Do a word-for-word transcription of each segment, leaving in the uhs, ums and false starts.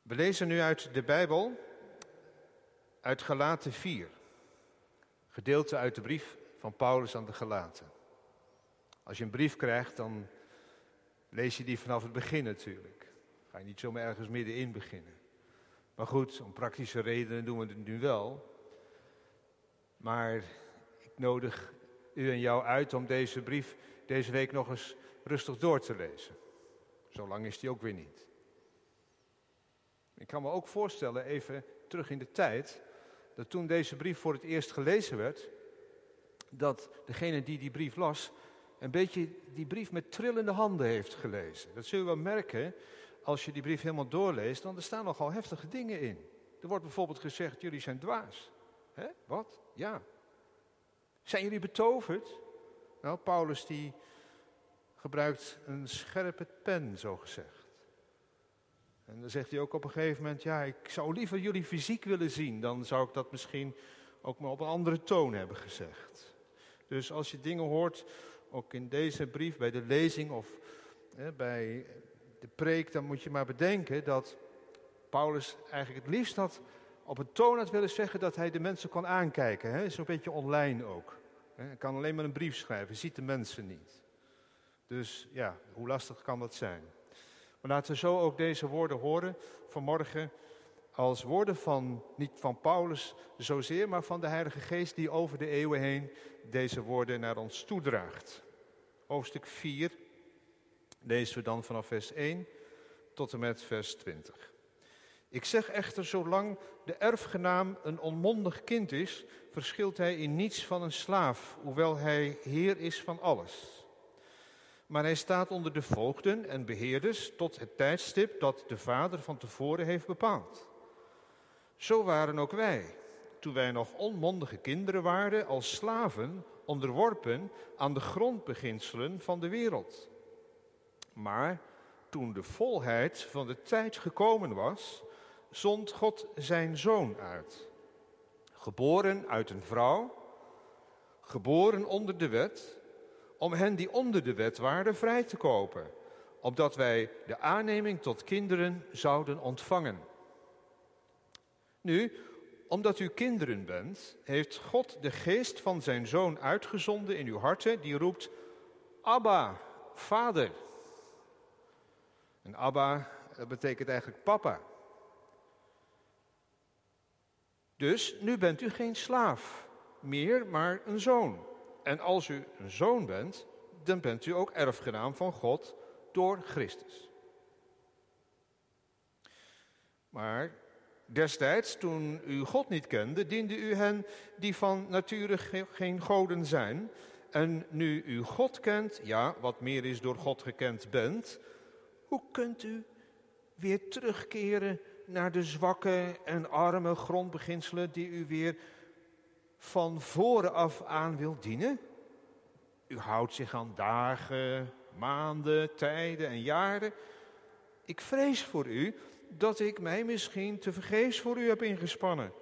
We lezen nu uit de Bijbel, uit Galaten vier. Gedeelte uit de brief van Paulus aan de Galaten. Als je een brief krijgt, dan lees je die vanaf het begin natuurlijk. Ga je niet zomaar ergens middenin beginnen. Maar goed, om praktische redenen doen we het nu wel. Maar ik nodig u en jou uit om deze brief deze week nog eens rustig door te lezen. Zo lang is die ook weer niet. Ik kan me ook voorstellen, even terug in de tijd, dat toen deze brief voor het eerst gelezen werd, dat degene die die brief las, een beetje die brief met trillende handen heeft gelezen. Dat zul je wel merken als je die brief helemaal doorleest, want er staan nogal heftige dingen in. Er wordt bijvoorbeeld gezegd, jullie zijn dwaas. Hè? Wat? Ja. Zijn jullie betoverd? Nou, Paulus die gebruikt een scherpe pen, zo gezegd. En dan zegt hij ook op een gegeven moment, ja, ik zou liever jullie fysiek willen zien, dan zou ik dat misschien ook maar op een andere toon hebben gezegd. Dus als je dingen hoort, ook in deze brief, bij de lezing of hè, bij de preek, dan moet je maar bedenken dat Paulus eigenlijk het liefst had op een toon had willen zeggen dat hij de mensen kon aankijken. Hè? Zo'n beetje online ook. Hij kan alleen maar een brief schrijven, ziet de mensen niet. Dus ja, hoe lastig kan dat zijn? Maar laten we zo ook deze woorden horen vanmorgen als woorden van, niet van Paulus zozeer, maar van de Heilige Geest die over de eeuwen heen deze woorden naar ons toedraagt. Hoofdstuk vier lezen we dan vanaf vers één tot en met vers twintig. Ik zeg echter, zolang de erfgenaam een onmondig kind is, verschilt hij in niets van een slaaf, hoewel hij heer is van alles. Maar hij staat onder de voogden en beheerders tot het tijdstip dat de vader van tevoren heeft bepaald. Zo waren ook wij, toen wij nog onmondige kinderen waren, als slaven onderworpen aan de grondbeginselen van de wereld. Maar toen de volheid van de tijd gekomen was, zond God zijn zoon uit. Geboren uit een vrouw, geboren onder de wet, om hen die onder de wet waren vrij te kopen, opdat wij de aanneming tot kinderen zouden ontvangen. Nu, omdat u kinderen bent, heeft God de geest van zijn zoon uitgezonden in uw harten, die roept, Abba, vader. En Abba, dat betekent eigenlijk papa. Dus nu bent u geen slaaf meer, maar een zoon. En als u een zoon bent, dan bent u ook erfgenaam van God door Christus. Maar destijds, toen u God niet kende, diende u hen die van nature geen goden zijn. En nu u God kent, ja, wat meer is door God gekend bent, hoe kunt u weer terugkeren naar de zwakke en arme grondbeginselen die u weer van voren af aan wil dienen? U houdt zich aan dagen, maanden, tijden en jaren. Ik vrees voor u dat ik mij misschien tevergeefs voor u heb ingespannen.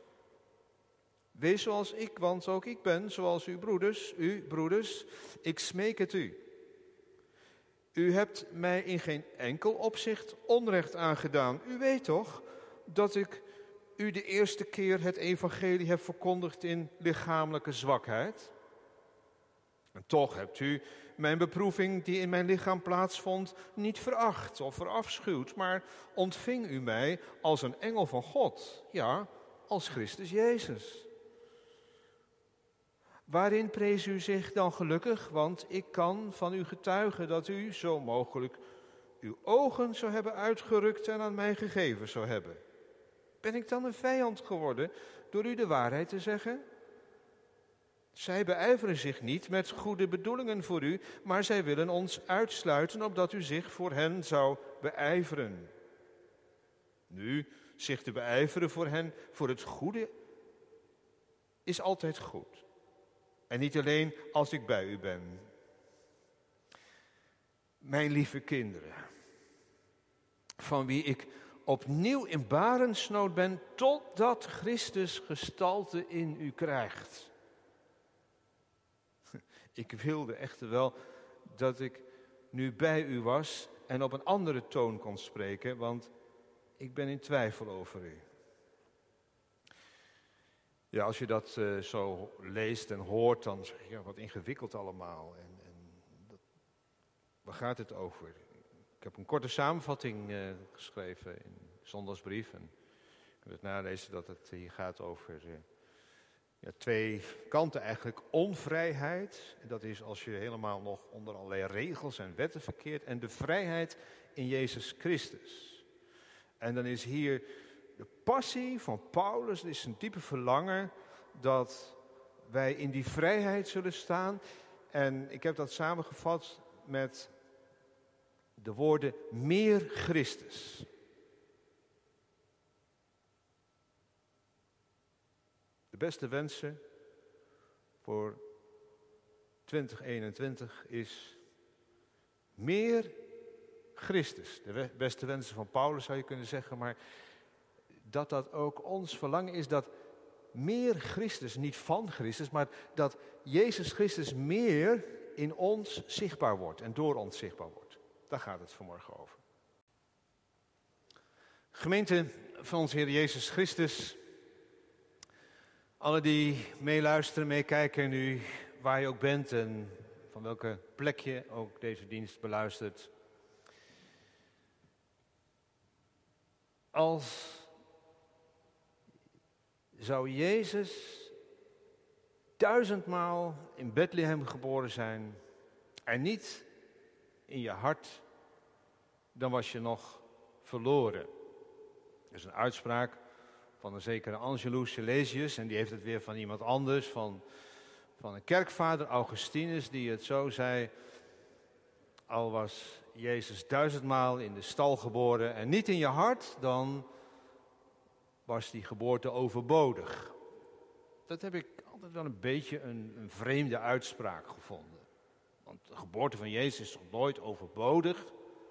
Wees zoals ik, want ook ik ben zoals uw broeders, u broeders, ik smeek het u. U hebt mij in geen enkel opzicht onrecht aangedaan. U weet toch dat ik u de eerste keer het evangelie heb verkondigd in lichamelijke zwakheid? En toch hebt u mijn beproeving die in mijn lichaam plaatsvond niet veracht of verafschuwd, maar ontving u mij als een engel van God, ja, als Christus Jezus. Waarin prees u zich dan gelukkig, want ik kan van u getuigen dat u zo mogelijk uw ogen zou hebben uitgerukt en aan mij gegeven zou hebben. Ben ik dan een vijand geworden door u de waarheid te zeggen? Zij beijveren zich niet met goede bedoelingen voor u, maar zij willen ons uitsluiten opdat u zich voor hen zou beijveren. Nu, zich te beijveren voor hen, voor het goede, is altijd goed. En niet alleen als ik bij u ben. Mijn lieve kinderen, van wie ik opnieuw in barensnood ben, totdat Christus gestalte in u krijgt. Ik wilde echter wel dat ik nu bij u was en op een andere toon kon spreken, want ik ben in twijfel over u. Ja, als je dat uh, zo leest en hoort, dan zeg je, ja, wat ingewikkeld allemaal. En, en dat, waar gaat het over? Ik heb een korte samenvatting uh, geschreven in Zondagsbrief. En je kunt het nalezen dat het hier gaat over uh, ja, twee kanten eigenlijk. Onvrijheid, dat is als je helemaal nog onder allerlei regels en wetten verkeert. En de vrijheid in Jezus Christus. En dan is hier de passie van Paulus, het is een diepe verlangen dat wij in die vrijheid zullen staan. En ik heb dat samengevat met de woorden meer Christus. De beste wensen voor twintig eenentwintig is meer Christus. De beste wensen van Paulus zou je kunnen zeggen, maar dat dat ook ons verlangen is dat meer Christus, niet van Christus, maar dat Jezus Christus meer in ons zichtbaar wordt en door ons zichtbaar wordt. Daar gaat het vanmorgen over. Gemeente van onze Heer Jezus Christus, alle die meeluisteren, meekijken nu, waar je ook bent en van welke plek je ook deze dienst beluistert. Als zou Jezus duizendmaal in Bethlehem geboren zijn en niet in je hart, dan was je nog verloren. Dat is een uitspraak van een zekere Angelus Silesius en die heeft het weer van iemand anders, van, van een kerkvader Augustinus, die het zo zei: al was Jezus duizendmaal in de stal geboren en niet in je hart, dan was die geboorte overbodig. Dat heb ik altijd wel een beetje een, een vreemde uitspraak gevonden. Want de geboorte van Jezus is toch nooit overbodig?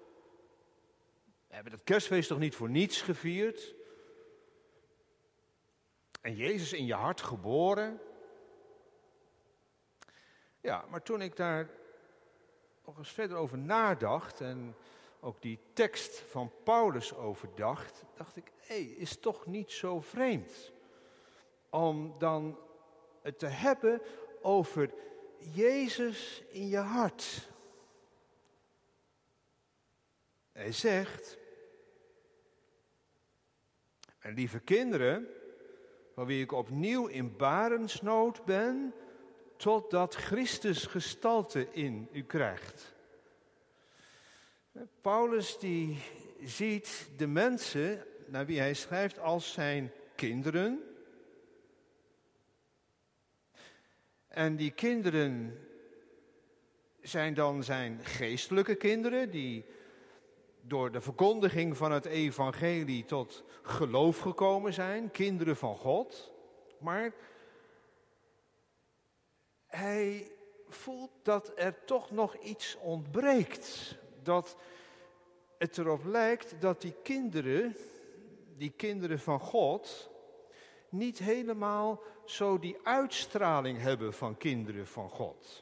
We hebben dat kerstfeest toch niet voor niets gevierd? En Jezus in je hart geboren? Ja, maar toen ik daar nog eens verder over nadacht en ook die tekst van Paulus overdacht, dacht ik, hé, hey, is toch niet zo vreemd om dan het te hebben over Jezus in je hart. Hij zegt, en lieve kinderen, van wie ik opnieuw in barensnood ben, totdat Christus gestalte in u krijgt. Paulus die ziet de mensen naar wie hij schrijft als zijn kinderen. En die kinderen zijn dan zijn geestelijke kinderen, die door de verkondiging van het evangelie tot geloof gekomen zijn, kinderen van God. Maar hij voelt dat er toch nog iets ontbreekt. Dat het erop lijkt dat die kinderen, die kinderen van God, niet helemaal zo die uitstraling hebben van kinderen van God.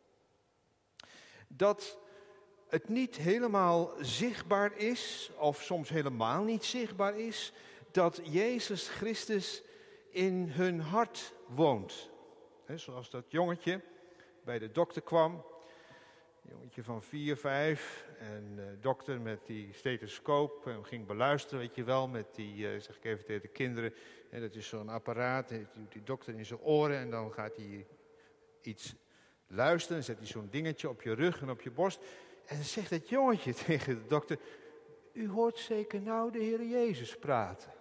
Dat het niet helemaal zichtbaar is, of soms helemaal niet zichtbaar is, dat Jezus Christus in hun hart woont. He, zoals dat jongetje bij de dokter kwam, een jongetje van vier, vijf, en de dokter met die stethoscoop hem ging beluisteren, weet je wel, met die, uh, zeg ik even tegen de kinderen, he, dat is zo'n apparaat, die doet die dokter in zijn oren en dan gaat hij iets luisteren, dan zet hij zo'n dingetje op je rug en op je borst. En dan zegt het jongetje tegen de dokter, u hoort zeker nou de Heer Jezus praten.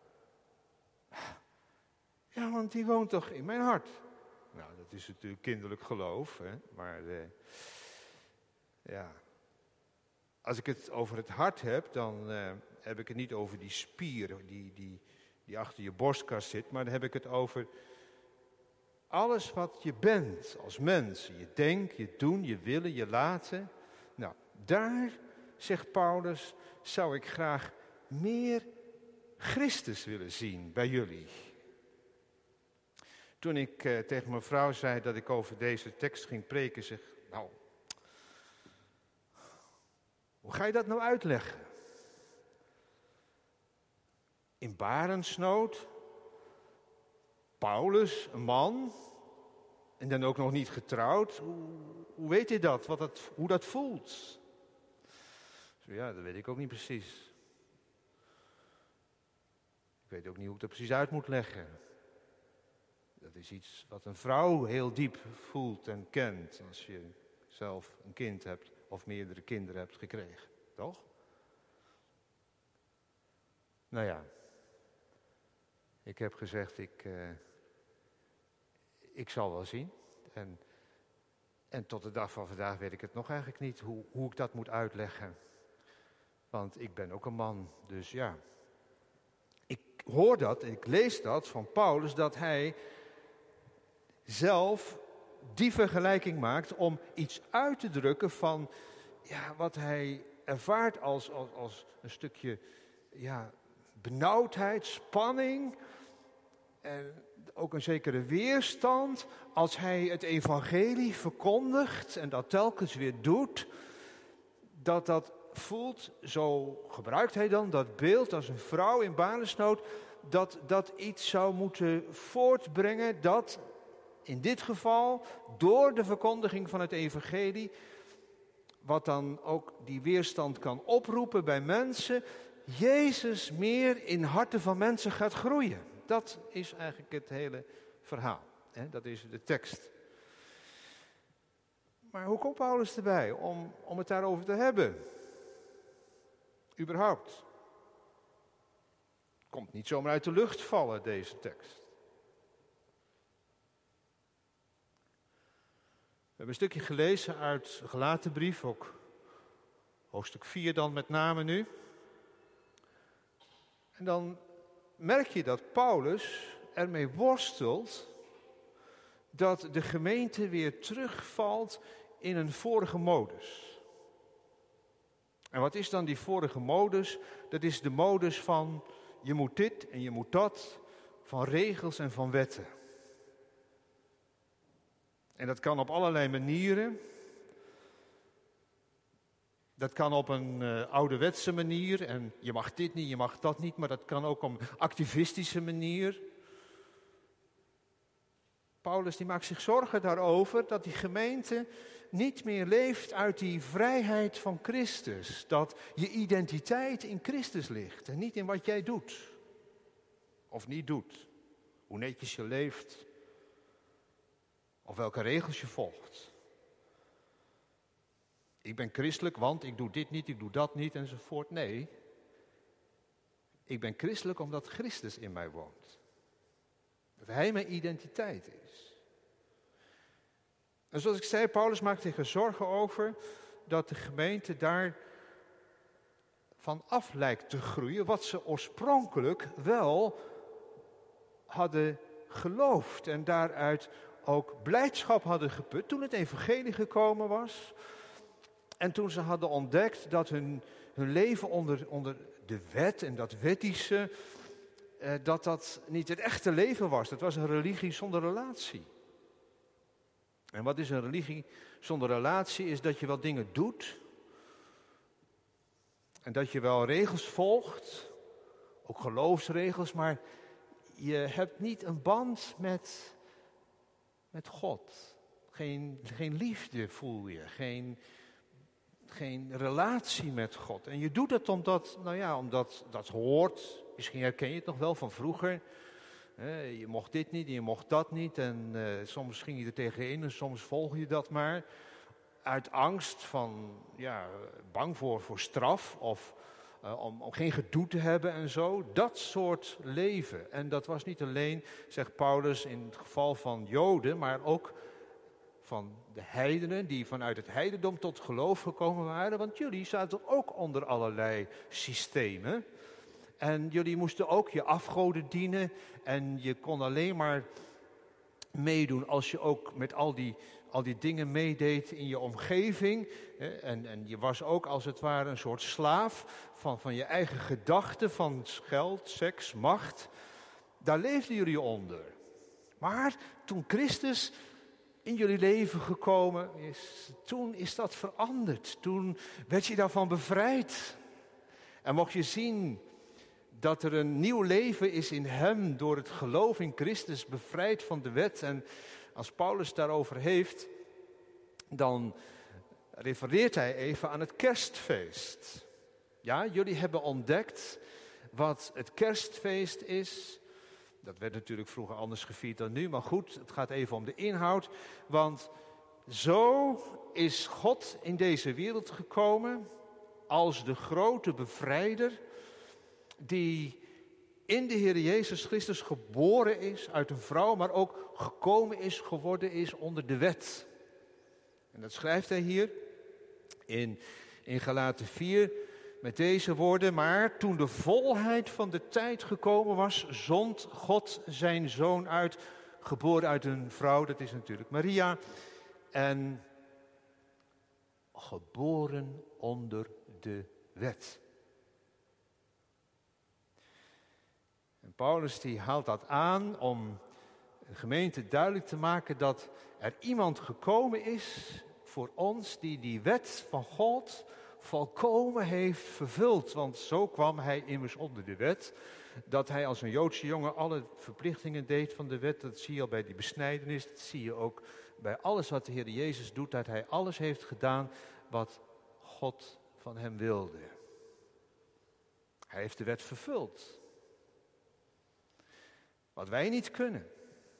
Ja, want die woont toch in mijn hart. Nou, dat is natuurlijk kinderlijk geloof, hè? Maar uh, ja, als ik het over het hart heb, dan uh, heb ik het niet over die spier die, die, die achter je borstkas zit, maar dan heb ik het over alles wat je bent als mens. Je denkt, je doen, je willen, je laten. Nou, daar, zegt Paulus, zou ik graag meer Christus willen zien bij jullie. Toen ik uh, tegen mijn vrouw zei dat ik over deze tekst ging preken, zeg, nou, hoe ga je dat nou uitleggen? in barensnood. Paulus, een man, en dan ook nog niet getrouwd. Hoe, hoe weet hij dat, wat dat, hoe dat voelt? Zo, ja, dat weet ik ook niet precies. Ik weet ook niet hoe ik dat precies uit moet leggen. Dat is iets wat een vrouw heel diep voelt en kent als je zelf een kind hebt of meerdere kinderen hebt gekregen, toch? Nou ja, ik heb gezegd, ik, uh, ik zal wel zien. En, en tot de dag van vandaag weet ik het nog eigenlijk niet, hoe, hoe ik dat moet uitleggen. Want ik ben ook een man, dus ja. Ik hoor dat, ik lees dat van Paulus, dat hij zelf die vergelijking maakt om iets uit te drukken van ja, wat hij ervaart als, als, als een stukje ja, benauwdheid, spanning en ook een zekere weerstand als hij het evangelie verkondigt en dat telkens weer doet, dat dat voelt, zo gebruikt hij dan dat beeld als een vrouw in barensnood, dat dat iets zou moeten voortbrengen dat in dit geval door de verkondiging van het evangelie, wat dan ook die weerstand kan oproepen bij mensen, Jezus meer in harten van mensen gaat groeien. Dat is eigenlijk het hele verhaal. Hè? Dat is de tekst. Maar hoe komt Paulus erbij om, om het daarover te hebben? Überhaupt. Komt niet zomaar uit de lucht vallen, deze tekst. We hebben een stukje gelezen uit de Galatenbrief, ook hoofdstuk vier dan met name nu. En dan merk je dat Paulus ermee worstelt dat de gemeente weer terugvalt in een vorige modus. En wat is dan die vorige modus? Dat is de modus van je moet dit en je moet dat, van regels en van wetten. En dat kan op allerlei manieren. Dat kan op een uh, ouderwetse manier en je mag dit niet, je mag dat niet, maar dat kan ook op een activistische manier. Paulus die maakt zich zorgen daarover dat die gemeente niet meer leeft uit die vrijheid van Christus. Dat je identiteit in Christus ligt en niet in wat jij doet of niet doet. Hoe netjes je leeft of welke regels je volgt. Ik ben christelijk, want ik doe dit niet, ik doe dat niet enzovoort. Nee, ik ben christelijk omdat Christus in mij woont. Dat Hij mijn identiteit is. En zoals ik zei, Paulus maakt zich er zorgen over dat de gemeente daar van af lijkt te groeien, wat ze oorspronkelijk wel hadden geloofd en daaruit ook blijdschap hadden geput toen het evangelie gekomen was. En toen ze hadden ontdekt dat hun, hun leven onder, onder de wet en dat wettische, eh, dat dat niet het echte leven was. Dat was een religie zonder relatie. En wat is een religie zonder relatie? Is dat je wel dingen doet. En dat je wel regels volgt. Ook geloofsregels, maar je hebt niet een band met, met God. Geen, geen liefde voel je, geen... Geen relatie met God. En je doet het omdat, nou ja, omdat dat hoort. Misschien herken je het nog wel van vroeger. Je mocht dit niet en je mocht dat niet. En uh, soms ging je er tegenin en soms volg je dat maar. Uit angst van, ja, bang voor, voor straf of uh, om, om geen gedoe te hebben en zo. Dat soort leven. En dat was niet alleen, zegt Paulus, in het geval van Joden, maar ook van de heidenen die vanuit het heidendom tot geloof gekomen waren. Want jullie zaten ook onder allerlei systemen. En jullie moesten ook je afgoden dienen. En je kon alleen maar meedoen als je ook met al die, al die dingen meedeed in je omgeving. En, en je was ook als het ware een soort slaaf van, van je eigen gedachten, van geld, seks, macht. Daar leefden jullie onder. Maar toen Christus in jullie leven gekomen is, toen is dat veranderd. Toen werd je daarvan bevrijd. En mocht je zien dat er een nieuw leven is in hem door het geloof in Christus, bevrijd van de wet. En als Paulus daarover heeft, dan refereert hij even aan het kerstfeest. Ja, jullie hebben ontdekt wat het kerstfeest is. Dat werd natuurlijk vroeger anders gevierd dan nu, maar goed, het gaat even om de inhoud. Want zo is God in deze wereld gekomen als de grote bevrijder die in de Heer Jezus Christus geboren is uit een vrouw, maar ook gekomen is, geworden is onder de wet. En dat schrijft hij hier in, in Galaten vier met deze woorden. Maar toen de volheid van de tijd gekomen was, zond God zijn zoon uit, geboren uit een vrouw, dat is natuurlijk Maria, en geboren onder de wet. En Paulus die haalt dat aan om de gemeente duidelijk te maken dat er iemand gekomen is voor ons die die wet van God volkomen heeft vervuld. Want zo kwam hij immers onder de wet, dat hij als een Joodse jongen alle verplichtingen deed van de wet. Dat zie je al bij die besnijdenis, dat zie je ook bij alles wat de Heer Jezus doet, dat hij alles heeft gedaan wat God van hem wilde. Hij heeft de wet vervuld. Wat wij niet kunnen.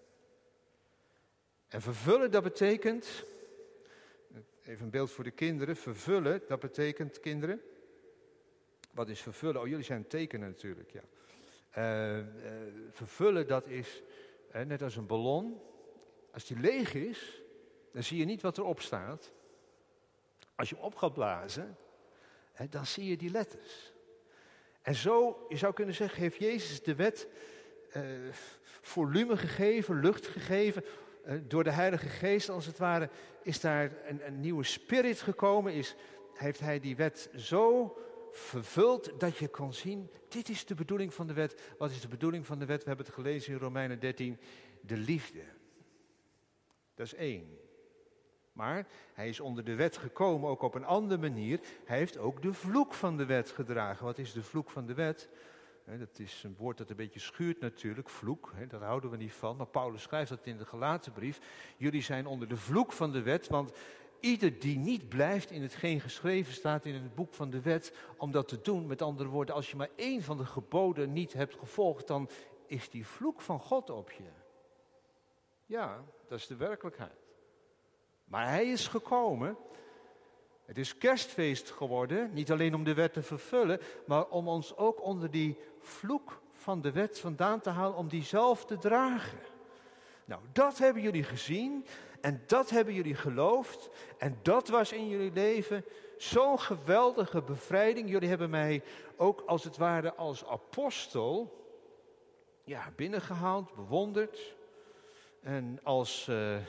En vervullen, dat betekent, even een beeld voor de kinderen, vervullen, dat betekent, kinderen, wat is vervullen? Oh, jullie zijn tekenen natuurlijk, ja. Uh, uh, vervullen, dat is uh, net als een ballon. Als die leeg is, dan zie je niet wat erop staat. Als je hem op gaat blazen, uh, dan zie je die letters. En zo, je zou kunnen zeggen, heeft Jezus de wet uh, volume gegeven, lucht gegeven. Uh, door de Heilige Geest, als het ware, is daar een, een nieuwe spirit gekomen. Is, heeft hij die wet zo vervuld dat je kon zien, dit is de bedoeling van de wet. Wat is de bedoeling van de wet? We hebben het gelezen in Romeinen dertien. De liefde. Dat is één. Maar hij is onder de wet gekomen, ook op een andere manier. Hij heeft ook de vloek van de wet gedragen. Wat is de vloek van de wet? Dat is een woord dat een beetje schuurt natuurlijk, vloek, daar houden we niet van. Maar Paulus schrijft dat in de Galatenbrief. Jullie zijn onder de vloek van de wet, want ieder die niet blijft in hetgeen geschreven staat in het boek van de wet, om dat te doen, met andere woorden, als je maar één van de geboden niet hebt gevolgd, dan is die vloek van God op je. Ja, dat is de werkelijkheid. Maar hij is gekomen. Het is kerstfeest geworden, niet alleen om de wet te vervullen, maar om ons ook onder die vloek van de wet vandaan te halen, om die zelf te dragen. Nou, dat hebben jullie gezien en dat hebben jullie geloofd en dat was in jullie leven zo'n geweldige bevrijding. Jullie hebben mij ook als het ware als apostel ja, binnengehaald, bewonderd en als... Uh,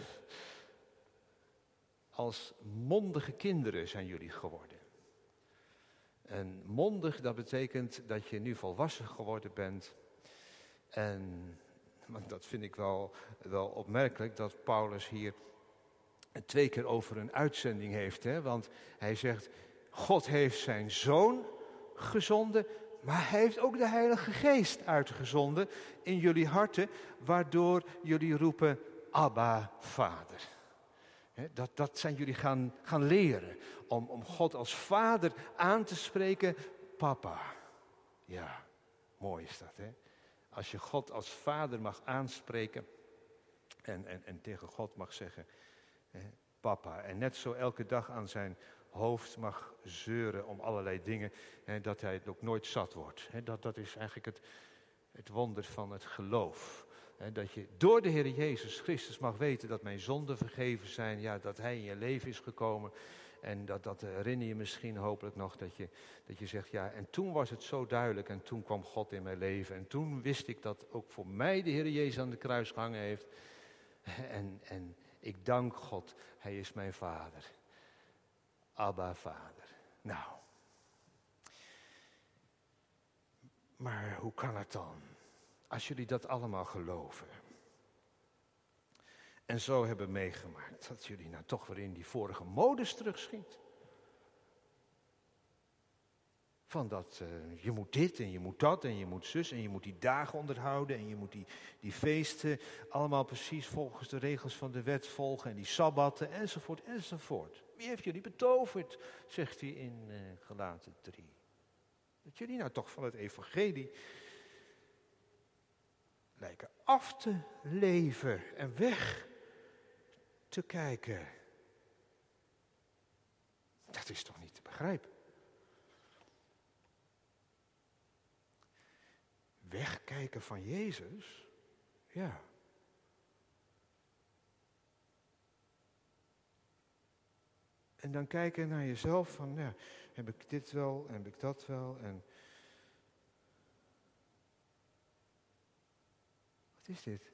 Als mondige kinderen zijn jullie geworden. En mondig, dat betekent dat je nu volwassen geworden bent. En want dat vind ik wel, wel opmerkelijk, dat Paulus hier twee keer over een uitzending heeft. Hè? Want hij zegt, God heeft zijn zoon gezonden, maar hij heeft ook de Heilige Geest uitgezonden in jullie harten, waardoor jullie roepen, Abba, Vader. He, dat, dat zijn jullie gaan, gaan leren. Om, om God als vader aan te spreken. Papa. Ja, mooi is dat, hè. Als je God als vader mag aanspreken. En, en, en tegen God mag zeggen. He, papa. En net zo elke dag aan zijn hoofd mag zeuren om allerlei dingen. He, dat hij het ook nooit zat wordt. He, dat, dat is eigenlijk het, het wonder van het geloof. He, dat je door de Heer Jezus Christus mag weten dat mijn zonden vergeven zijn. Ja, dat hij in je leven is gekomen. En dat, dat herinner je misschien hopelijk nog dat je, dat je zegt, ja, en toen was het zo duidelijk. En toen kwam God in mijn leven. En toen wist ik dat ook voor mij de Heer Jezus aan de kruis gehangen heeft. En, en ik dank God, hij is mijn vader. Abba, Vader. Nou. Maar hoe kan het dan? Als jullie dat allemaal geloven. En zo hebben meegemaakt. Dat jullie nou toch weer in die vorige modus terugschiet. Van dat uh, je moet dit en je moet dat en je moet zus en je moet die dagen onderhouden en je moet die, die feesten allemaal precies volgens de regels van de wet volgen en die sabbatten enzovoort enzovoort. Wie heeft jullie betoverd, zegt hij in uh, Galaten drie. Dat jullie nou toch van het evangelie lijken af te leven en weg te kijken. Dat is toch niet te begrijpen? Wegkijken van Jezus? Ja. En dan kijken naar jezelf van, ja, heb ik dit wel, heb ik dat wel en... Wat is dit?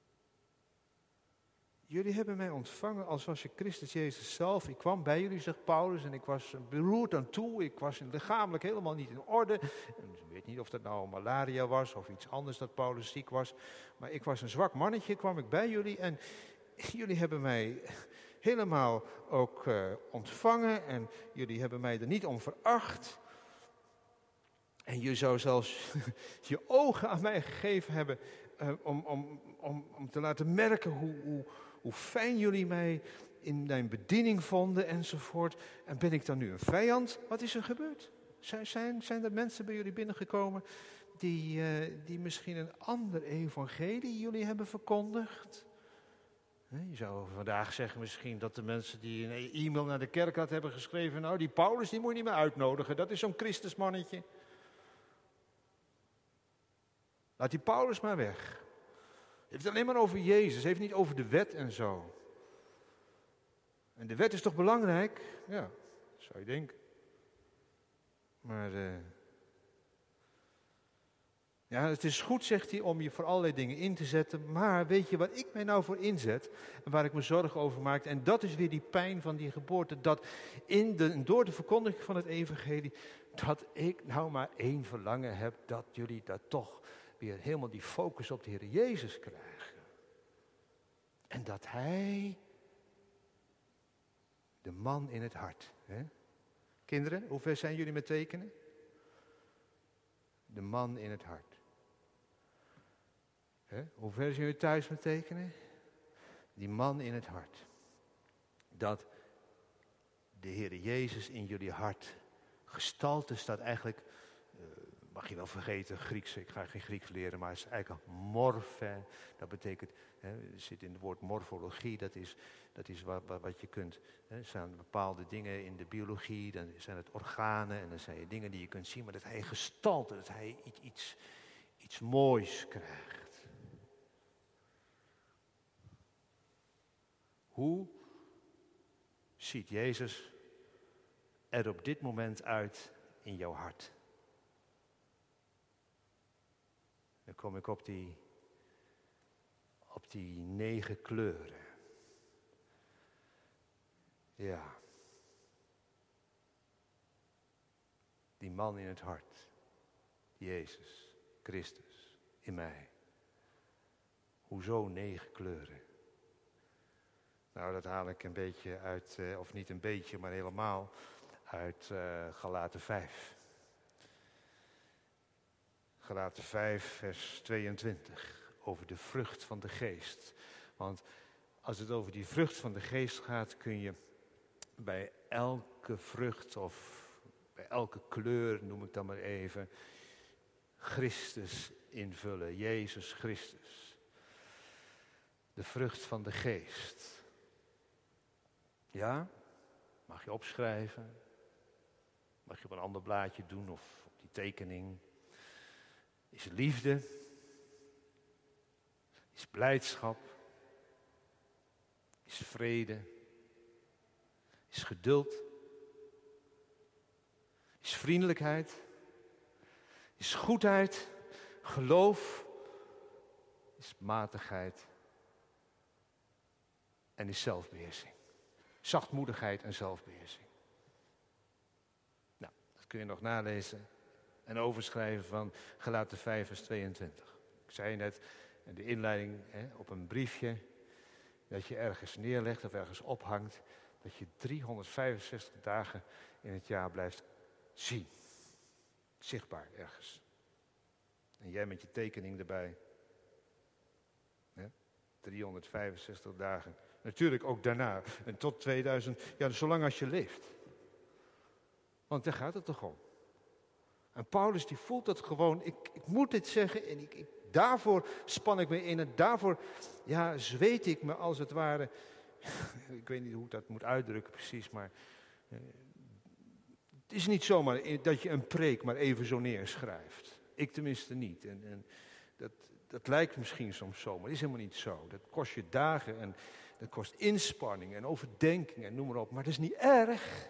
Jullie hebben mij ontvangen als was je Christus Jezus zelf. Ik kwam bij jullie, zegt Paulus, en ik was beroerd aan toe. Ik was lichamelijk helemaal niet in orde. En ik weet niet of dat nou malaria was of iets anders dat Paulus ziek was. Maar ik was een zwak mannetje, kwam ik bij jullie. En jullie hebben mij helemaal ook uh, ontvangen. En jullie hebben mij er niet om veracht. En je zou zelfs je ogen aan mij gegeven hebben uh, om, om, om, om te laten merken hoe, hoe, hoe fijn jullie mij in mijn bediening vonden enzovoort. En ben ik dan nu een vijand? Wat is er gebeurd? Zijn, zijn, zijn er mensen bij jullie binnengekomen die, uh, die misschien een ander evangelie jullie hebben verkondigd? Je zou vandaag zeggen misschien dat de mensen die een e-mail naar de kerk had hebben geschreven, nou die Paulus die moet je niet meer uitnodigen, dat is zo'n Christusmannetje. Laat die Paulus maar weg. Het heeft alleen maar over Jezus, het heeft niet over de wet en zo. En de wet is toch belangrijk? Ja, zou je denken. Maar uh, ja, het is goed, zegt hij, om je voor allerlei dingen in te zetten. Maar weet je waar ik mij nou voor inzet? En waar ik me zorgen over maak? En dat is weer die pijn van die geboorte. Dat in de, door de verkondiging van het evangelie, dat ik nou maar één verlangen heb. Dat jullie dat toch weer helemaal die focus op de Heer Jezus krijgen. En dat Hij, de man in het hart. Hè? Kinderen, hoe ver zijn jullie met tekenen? De man in het hart. Hè? Hoe ver zijn jullie thuis met tekenen? Die man in het hart. Dat de Heer Jezus in jullie hart gestalte staat eigenlijk, uh, mag je wel vergeten, Grieks, ik ga geen Grieks leren, maar het is eigenlijk morfe. Dat betekent, hè, het zit in het woord morfologie, dat is, dat is wat, wat, wat je kunt. Hè, er zijn bepaalde dingen in de biologie, dan zijn het organen en dan zijn er dingen die je kunt zien, maar dat hij gestalte, dat hij iets, iets, iets moois krijgt. Hoe ziet Jezus er op dit moment uit in jouw hart? Dan kom ik op die, op die negen kleuren. Ja. Die man in het hart. Jezus, Christus, in mij. Hoezo negen kleuren? Nou, dat haal ik een beetje uit, uh, of niet een beetje, maar helemaal uit uh, Galaten vijf. Galaten vijf, vers tweeëntwintig, over de vrucht van de geest. Want als het over die vrucht van de geest gaat, kun je bij elke vrucht of bij elke kleur, noem ik dan maar even, Christus invullen, Jezus Christus. De vrucht van de geest. Ja, mag je opschrijven. Mag je op een ander blaadje doen of op die tekening. Is liefde. Is blijdschap. Is vrede. Is geduld. Is vriendelijkheid. Is goedheid. Geloof. Is matigheid. En is zelfbeheersing. Zachtmoedigheid en zelfbeheersing. Nou, dat kun je nog nalezen en overschrijven van Galaten vijf vers tweeëntwintig. Ik zei net in de inleiding hè, op een briefje dat je ergens neerlegt of ergens ophangt, dat je driehonderdvijfenzestig dagen in het jaar blijft zien. Zichtbaar ergens. En jij met je tekening erbij. Hè? driehonderdvijfenzestig dagen. Natuurlijk ook daarna. En tot tweeduizend. Ja, zolang als je leeft. Want daar gaat het toch om. En Paulus die voelt dat gewoon. Ik, ik moet dit zeggen. En ik, ik, daarvoor span ik me in. En daarvoor ja, zweet ik me als het ware. Ik weet niet hoe ik dat moet uitdrukken precies. Maar uh, het is niet zomaar dat je een preek maar even zo neerschrijft. Ik tenminste niet. En, en dat, dat lijkt misschien soms zo. Maar het is helemaal niet zo. Dat kost je dagen. En dat kost inspanning en overdenking en noem maar op. Maar dat is niet erg.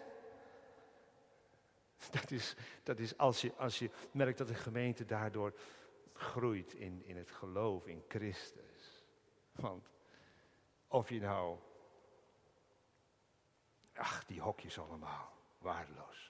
Dat is, dat is als, je, als je merkt dat de gemeente daardoor groeit in, in het geloof in Christus. Want of je nou... Ach, die hokjes allemaal. Waardeloos.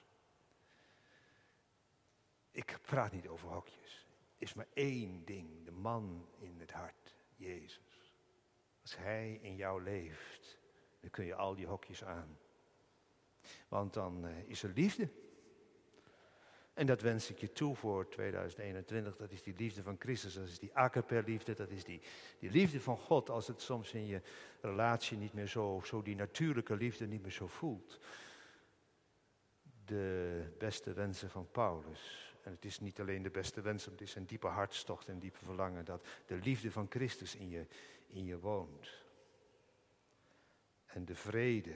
Ik praat niet over hokjes. Er is maar één ding. De man in het hart. Jezus. Als hij in jou leeft, dan kun je al die hokjes aan. Want dan uh, is er liefde. En dat wens ik je toe voor tweeduizend eenentwintig. Dat is die liefde van Christus. Dat is die agape-liefde. Dat is die, die liefde van God. Als het soms in je relatie niet meer zo, zo die natuurlijke liefde niet meer zo voelt. De beste wensen van Paulus. En het is niet alleen de beste wensen. Het is een diepe hartstocht en diepe verlangen. Dat de liefde van Christus in je, in je woont. En de vrede.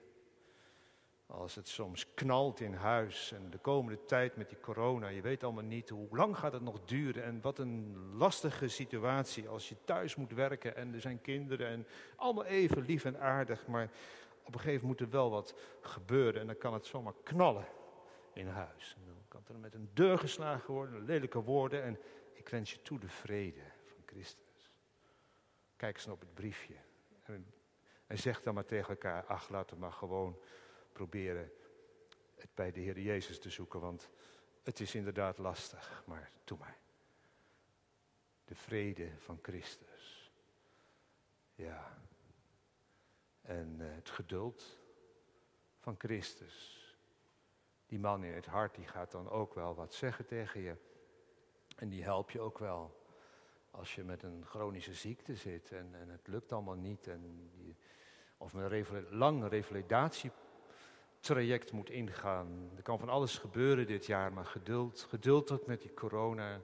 Als het soms knalt in huis en de komende tijd met die corona, je weet allemaal niet hoe lang gaat het nog duren en wat een lastige situatie als je thuis moet werken en er zijn kinderen en allemaal even lief en aardig, maar op een gegeven moment moet er wel wat gebeuren en dan kan het zomaar knallen in huis. En dan kan er met een deur geslagen worden, lelijke woorden en ik wens je toe de vrede van Christus. Kijk eens op het briefje en, en zeg dan maar tegen elkaar, ach laten we maar gewoon proberen het bij de Heer Jezus te zoeken, want het is inderdaad lastig, maar doe maar. De vrede van Christus. Ja. En uh, het geduld van Christus. Die man in het hart, die gaat dan ook wel wat zeggen tegen je. En die helpt je ook wel. Als je met een chronische ziekte zit en, en het lukt allemaal niet. En die, of met een revali- lang revalidatie traject moet ingaan. Er kan van alles gebeuren dit jaar, maar geduld. Geduld tot met die corona.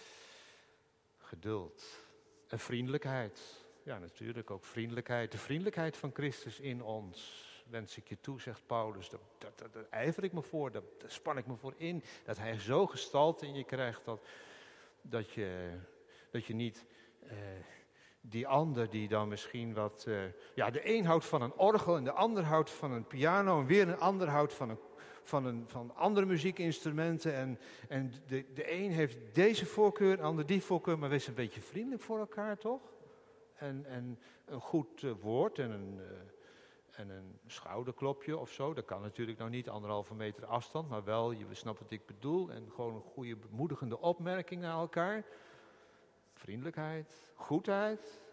Geduld. En vriendelijkheid. Ja, natuurlijk ook vriendelijkheid. De vriendelijkheid van Christus in ons. Wens ik je toe, zegt Paulus. Daar, daar, daar, daar ijver ik me voor. Daar, daar span ik me voor in. Dat hij zo gestalte in je krijgt dat, dat, je, dat je niet... Uh, Die ander die dan misschien wat... Uh, ja, de een houdt van een orgel en de ander houdt van een piano... en weer een ander houdt van, een, van, een, van andere muziekinstrumenten. En, en de, de een heeft deze voorkeur, de ander die voorkeur... maar wees een beetje vriendelijk voor elkaar, toch? En, en een goed uh, woord en een, uh, en een schouderklopje of zo. Dat kan natuurlijk nog niet, anderhalve meter afstand... maar wel, je snapt wat ik bedoel... en gewoon een goede bemoedigende opmerking naar elkaar... Vriendelijkheid, goedheid,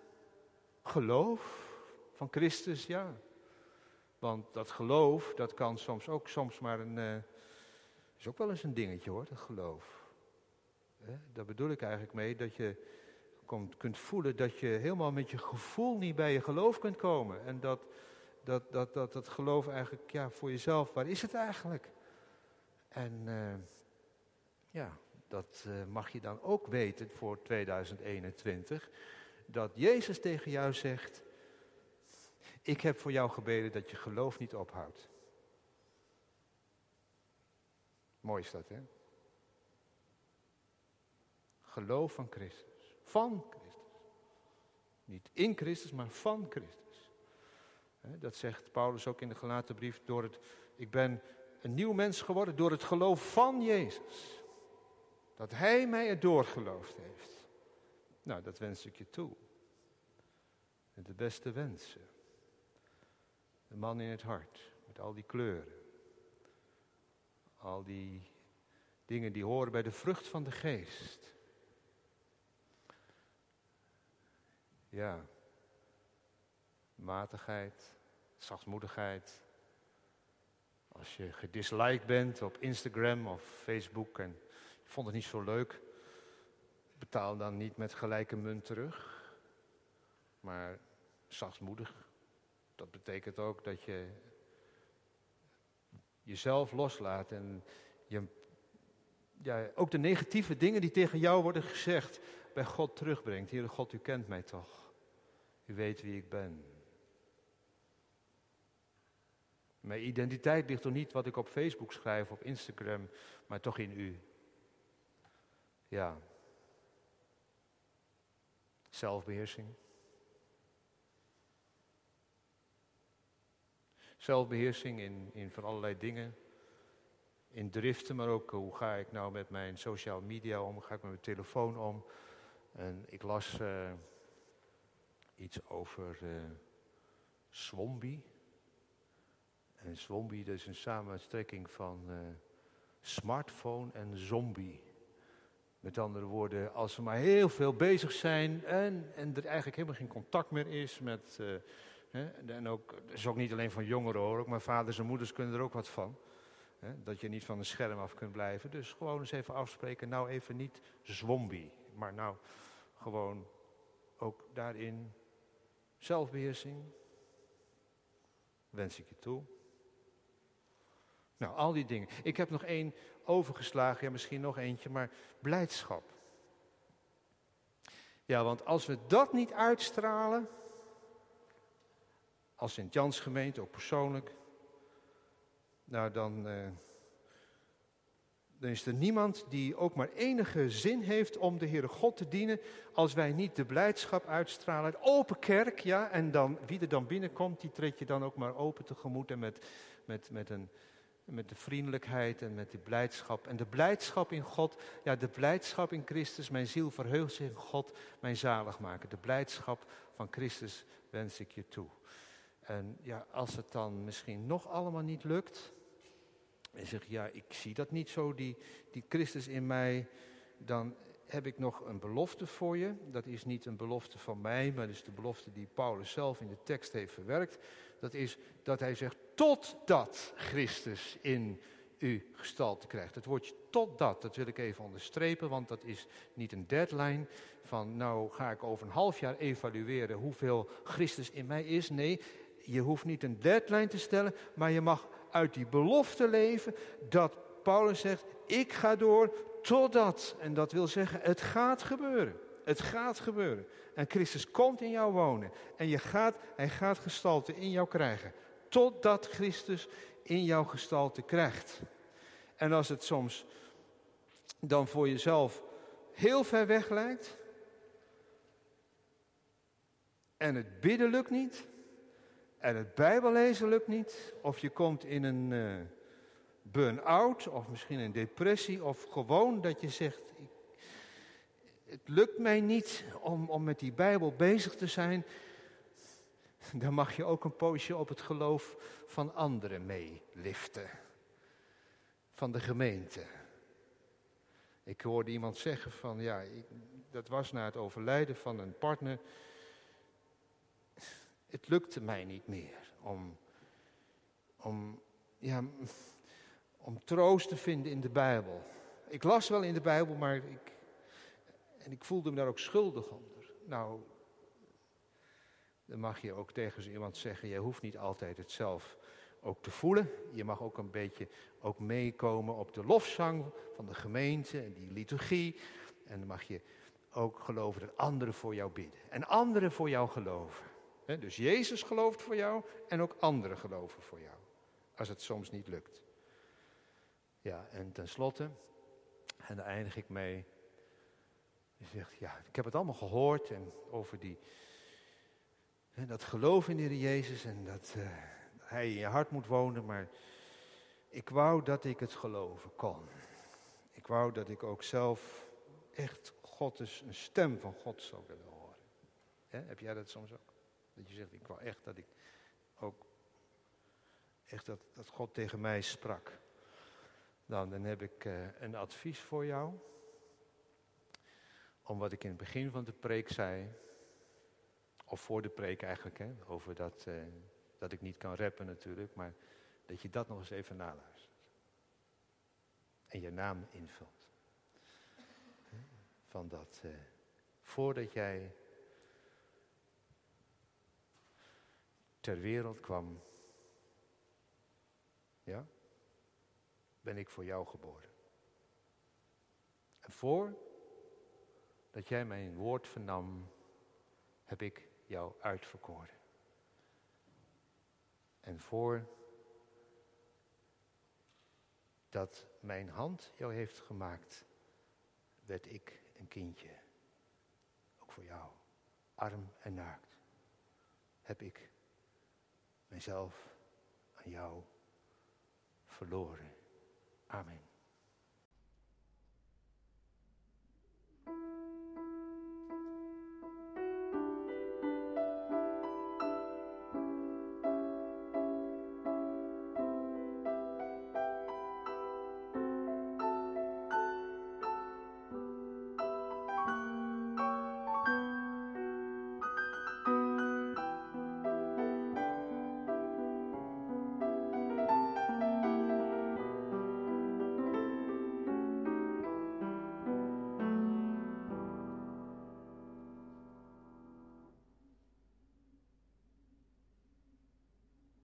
geloof van Christus, ja. Want dat geloof, dat kan soms ook soms maar een... Uh, is ook wel eens een dingetje hoor, dat geloof. Eh, daar bedoel ik eigenlijk mee dat je komt, kunt voelen dat je helemaal met je gevoel niet bij je geloof kunt komen. En dat dat, dat, dat, dat geloof eigenlijk, ja, voor jezelf, waar is het eigenlijk? En uh, ja... Dat uh, mag je dan ook weten voor tweeduizend eenentwintig. Dat Jezus tegen jou zegt... Ik heb voor jou gebeden dat je geloof niet ophoudt. Mooi is dat, hè? Geloof van Christus. Van Christus. Niet in Christus, maar van Christus. He, dat zegt Paulus ook in de Galatenbrief. Door het, ik ben een nieuw mens geworden door het geloof van Jezus. Dat hij mij erdoor geloofd heeft. Nou, dat wens ik je toe. Met de beste wensen. De man in het hart. Met al die kleuren. Al die dingen die horen bij de vrucht van de geest. Ja. Matigheid. Zachtmoedigheid. Als je gedisliked bent op Instagram of Facebook en... Ik vond het niet zo leuk. Betaal dan niet met gelijke munt terug, maar zachtmoedig. Dat betekent ook dat je jezelf loslaat en je, ja, ook de negatieve dingen die tegen jou worden gezegd bij God terugbrengt. Heere God, u kent mij toch. U weet wie ik ben. Mijn identiteit ligt toch niet wat ik op Facebook schrijf, op Instagram, maar toch in u. Ja. Zelfbeheersing. Zelfbeheersing in, in van allerlei dingen. In driften, maar ook hoe ga ik nou met mijn social media om? Hoe ga ik met mijn telefoon om? En ik las uh, iets over uh, Zwombi. En Zwombi, dat is een samenstrekking van uh, smartphone en zombie. Met andere woorden, als ze maar heel veel bezig zijn en, en er eigenlijk helemaal geen contact meer is met... Uh, hè, en ook, dat is ook niet alleen van jongeren hoor, ook mijn vaders en moeders kunnen er ook wat van. Hè, dat je niet van een scherm af kunt blijven. Dus gewoon eens even afspreken, nou even niet zombie, maar nou gewoon ook daarin zelfbeheersing. Wens ik je toe. Nou, al die dingen. Ik heb nog één overgeslagen, ja misschien nog eentje, maar blijdschap. Ja, want als we dat niet uitstralen, als Sint-Jans gemeente, ook persoonlijk, nou dan, uh, dan is er niemand die ook maar enige zin heeft om de Heere God te dienen, als wij niet de blijdschap uitstralen. Open kerk, ja, en dan, wie er dan binnenkomt, die treed je dan ook maar open tegemoet en met, met, met een... Met de vriendelijkheid en met de blijdschap. En de blijdschap in God, ja de blijdschap in Christus. Mijn ziel verheugt zich in God, mijn zaligmaker. De blijdschap van Christus wens ik je toe. En ja, als het dan misschien nog allemaal niet lukt. En zeg je, ja ik zie dat niet zo, die, die Christus in mij. Dan heb ik nog een belofte voor je. Dat is niet een belofte van mij, maar dat is de belofte die Paulus zelf in de tekst heeft verwerkt. Dat is dat hij zegt, totdat Christus in u gestalte krijgt. Het woordje totdat, dat wil ik even onderstrepen, want dat is niet een deadline van nou ga ik over een half jaar evalueren hoeveel Christus in mij is. Nee, je hoeft niet een deadline te stellen, maar je mag uit die belofte leven dat Paulus zegt, ik ga door totdat. En dat wil zeggen, het gaat gebeuren. Het gaat gebeuren. En Christus komt in jou wonen. En je gaat, hij gaat gestalte in jou krijgen. Totdat Christus in jouw gestalte krijgt. En als het soms dan voor jezelf heel ver weg lijkt. En het bidden lukt niet. En het Bijbellezen lukt niet. Of je komt in een uh, burn-out. Of misschien een depressie. Of gewoon dat je zegt, ik, het lukt mij niet om, om met die Bijbel bezig te zijn. Dan mag je ook een poosje op het geloof van anderen meeliften. Van de gemeente. Ik hoorde iemand zeggen van, ja, ik, dat was na het overlijden van een partner. Het lukte mij niet meer om, om, ja, om troost te vinden in de Bijbel. Ik las wel in de Bijbel, maar ik, en ik voelde me daar ook schuldig onder. Nou, dan mag je ook tegen zo iemand zeggen, je hoeft niet altijd het zelf ook te voelen. Je mag ook een beetje ook meekomen op de lofzang van de gemeente en die liturgie. En dan mag je ook geloven dat anderen voor jou bidden. En anderen voor jou geloven. He, dus Jezus gelooft voor jou en ook anderen geloven voor jou. Als het soms niet lukt. Ja, en tenslotte, en daar eindig ik mee. Je zegt, ja, ik heb het allemaal gehoord en over die, he, dat geloof in de Heer Jezus en dat, uh, dat Hij in je hart moet wonen. Maar ik wou dat ik het geloven kon. Ik wou dat ik ook zelf echt God, dus een stem van God zou willen horen. He, heb jij dat soms ook? Dat je zegt, ik wou echt dat ik ook, echt dat, dat God tegen mij sprak. Nou, dan heb ik uh, een advies voor jou. Om wat ik in het begin van de preek zei, of voor de preek eigenlijk, hè, over dat, uh, dat ik niet kan rappen natuurlijk, maar dat je dat nog eens even naluistert. En je naam invult. van dat uh, voordat jij ter wereld kwam, ja, ben ik voor jou geboren. En voor dat jij mijn woord vernam, heb ik jou uitverkoren. En voor dat mijn hand jou heeft gemaakt, werd ik een kindje. Ook voor jou, arm en naakt, heb ik mijzelf aan jou verloren. Amen.